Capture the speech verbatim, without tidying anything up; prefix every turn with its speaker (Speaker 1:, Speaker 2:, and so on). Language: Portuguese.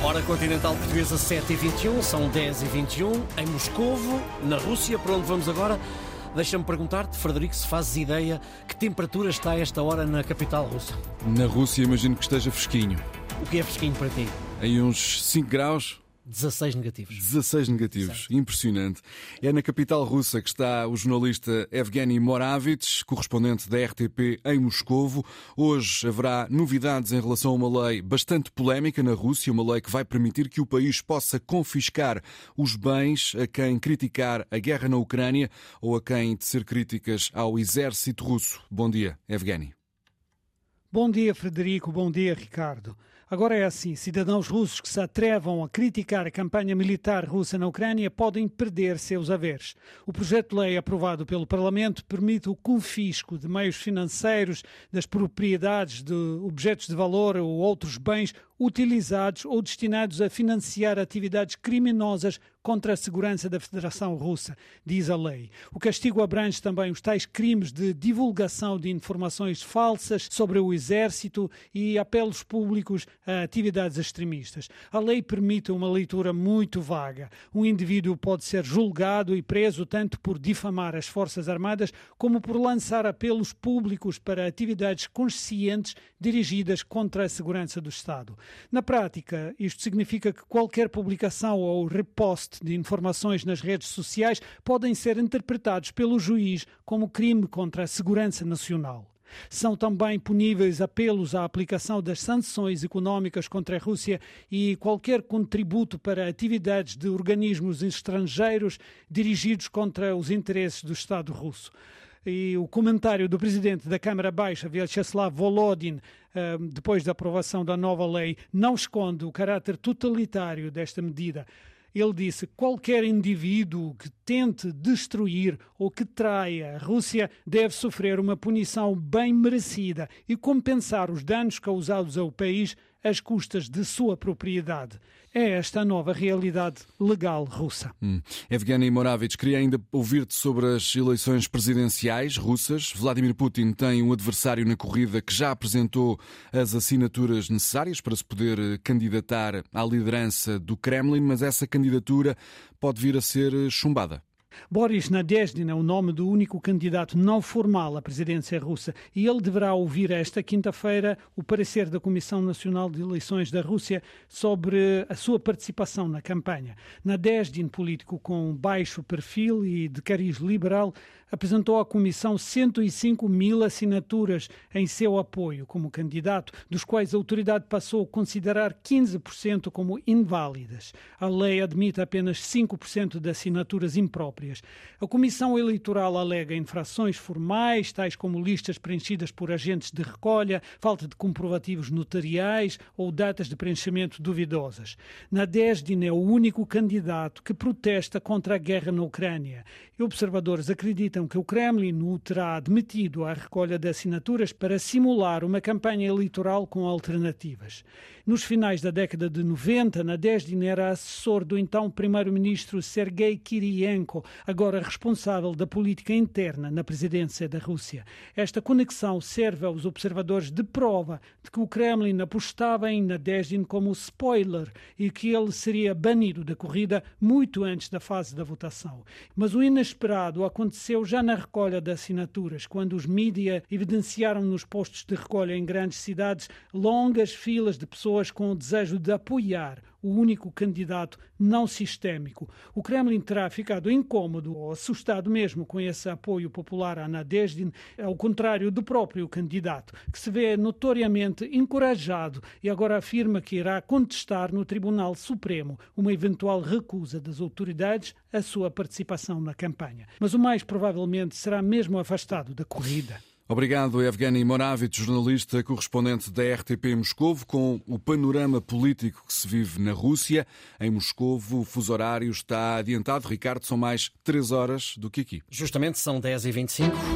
Speaker 1: Hora continental portuguesa sete e vinte e um, são dez e vinte e um, em Moscovo, na Rússia, para onde vamos agora? Deixa-me perguntar-te, Frederico, se fazes ideia que temperatura está a esta hora na capital russa?
Speaker 2: Na Rússia imagino que esteja fresquinho.
Speaker 1: O que é fresquinho para ti?
Speaker 2: Em uns cinco graus?
Speaker 1: dezasseis negativos.
Speaker 2: dezasseis negativos. Exato. Impressionante. É na capital russa que está o jornalista Evgeny Moravits, correspondente da R T P em Moscovo. Hoje haverá novidades em relação a uma lei bastante polémica na Rússia, uma lei que vai permitir que o país possa confiscar os bens a quem criticar a guerra na Ucrânia ou a quem tecer críticas ao exército russo. Bom dia, Evgeny.
Speaker 3: Bom dia, Frederico. Bom dia, Ricardo. Agora é assim, cidadãos russos que se atrevam a criticar a campanha militar russa na Ucrânia podem perder seus haveres. O projeto de lei aprovado pelo Parlamento permite o confisco de meios financeiros, das propriedades, de objetos de valor ou outros bens utilizados ou destinados a financiar atividades criminosas contra a segurança da Federação Russa, diz a lei. O castigo abrange também os tais crimes de divulgação de informações falsas sobre o exército e apelos públicos a atividades extremistas. A lei permite uma leitura muito vaga. Um indivíduo pode ser julgado e preso tanto por difamar as Forças Armadas como por lançar apelos públicos para atividades conscientes dirigidas contra a segurança do Estado. Na prática, isto significa que qualquer publicação ou repost de informações nas redes sociais podem ser interpretados pelo juiz como crime contra a segurança nacional. São também puníveis apelos à aplicação das sanções económicas contra a Rússia e qualquer contributo para atividades de organismos estrangeiros dirigidos contra os interesses do Estado russo. E o comentário do presidente da Câmara Baixa, Vyacheslav Volodin, depois da aprovação da nova lei, não esconde o caráter totalitário desta medida. Ele disse que qualquer indivíduo que tente destruir ou que traia a Rússia deve sofrer uma punição bem merecida e compensar os danos causados ao país às custas de sua propriedade. É esta a nova realidade legal russa.
Speaker 2: Hum. Evgeny Moravits, queria ainda ouvir-te sobre as eleições presidenciais russas. Vladimir Putin tem um adversário na corrida que já apresentou as assinaturas necessárias para se poder candidatar à liderança do Kremlin, mas essa candidatura pode vir a ser chumbada.
Speaker 3: Boris Nadezhdin é o nome do único candidato não formal à presidência russa e ele deverá ouvir esta quinta-feira o parecer da Comissão Nacional de Eleições da Rússia sobre a sua participação na campanha. Nadezhdin, político com baixo perfil e de cariz liberal, apresentou à Comissão cento e cinco mil assinaturas em seu apoio como candidato, dos quais a autoridade passou a considerar quinze por cento como inválidas. A lei admite apenas cinco por cento de assinaturas impróprias. A Comissão Eleitoral alega infrações formais, tais como listas preenchidas por agentes de recolha, falta de comprovativos notariais ou datas de preenchimento duvidosas. Nadezhdin é o único candidato que protesta contra a guerra na Ucrânia. E observadores acreditam que o Kremlin o terá admitido à recolha de assinaturas para simular uma campanha eleitoral com alternativas. Nos finais da década de noventa, Nadezhdin era assessor do então primeiro-ministro Sergei Kirienko, agora responsável da política interna na presidência da Rússia. Esta conexão serve aos observadores de prova de que o Kremlin apostava em Nadezhdin como spoiler e que ele seria banido da corrida muito antes da fase da votação. Mas o inesperado aconteceu já na recolha de assinaturas, quando os mídia evidenciaram nos postos de recolha em grandes cidades longas filas de pessoas com o desejo de apoiar o único candidato não sistémico. O Kremlin terá ficado incômodo ou assustado mesmo com esse apoio popular a Nadezhdin, ao contrário do próprio candidato, que se vê notoriamente encorajado e agora afirma que irá contestar no Tribunal Supremo uma eventual recusa das autoridades à sua participação na campanha. Mas o mais provavelmente será mesmo afastado da corrida.
Speaker 2: Obrigado, Evgeny Moravits, jornalista correspondente da R T P em Moscovo, com o panorama político que se vive na Rússia. Em Moscovo, o fuso horário está adiantado. Ricardo, são mais três horas do que aqui.
Speaker 1: Justamente, são dez e vinte e cinco.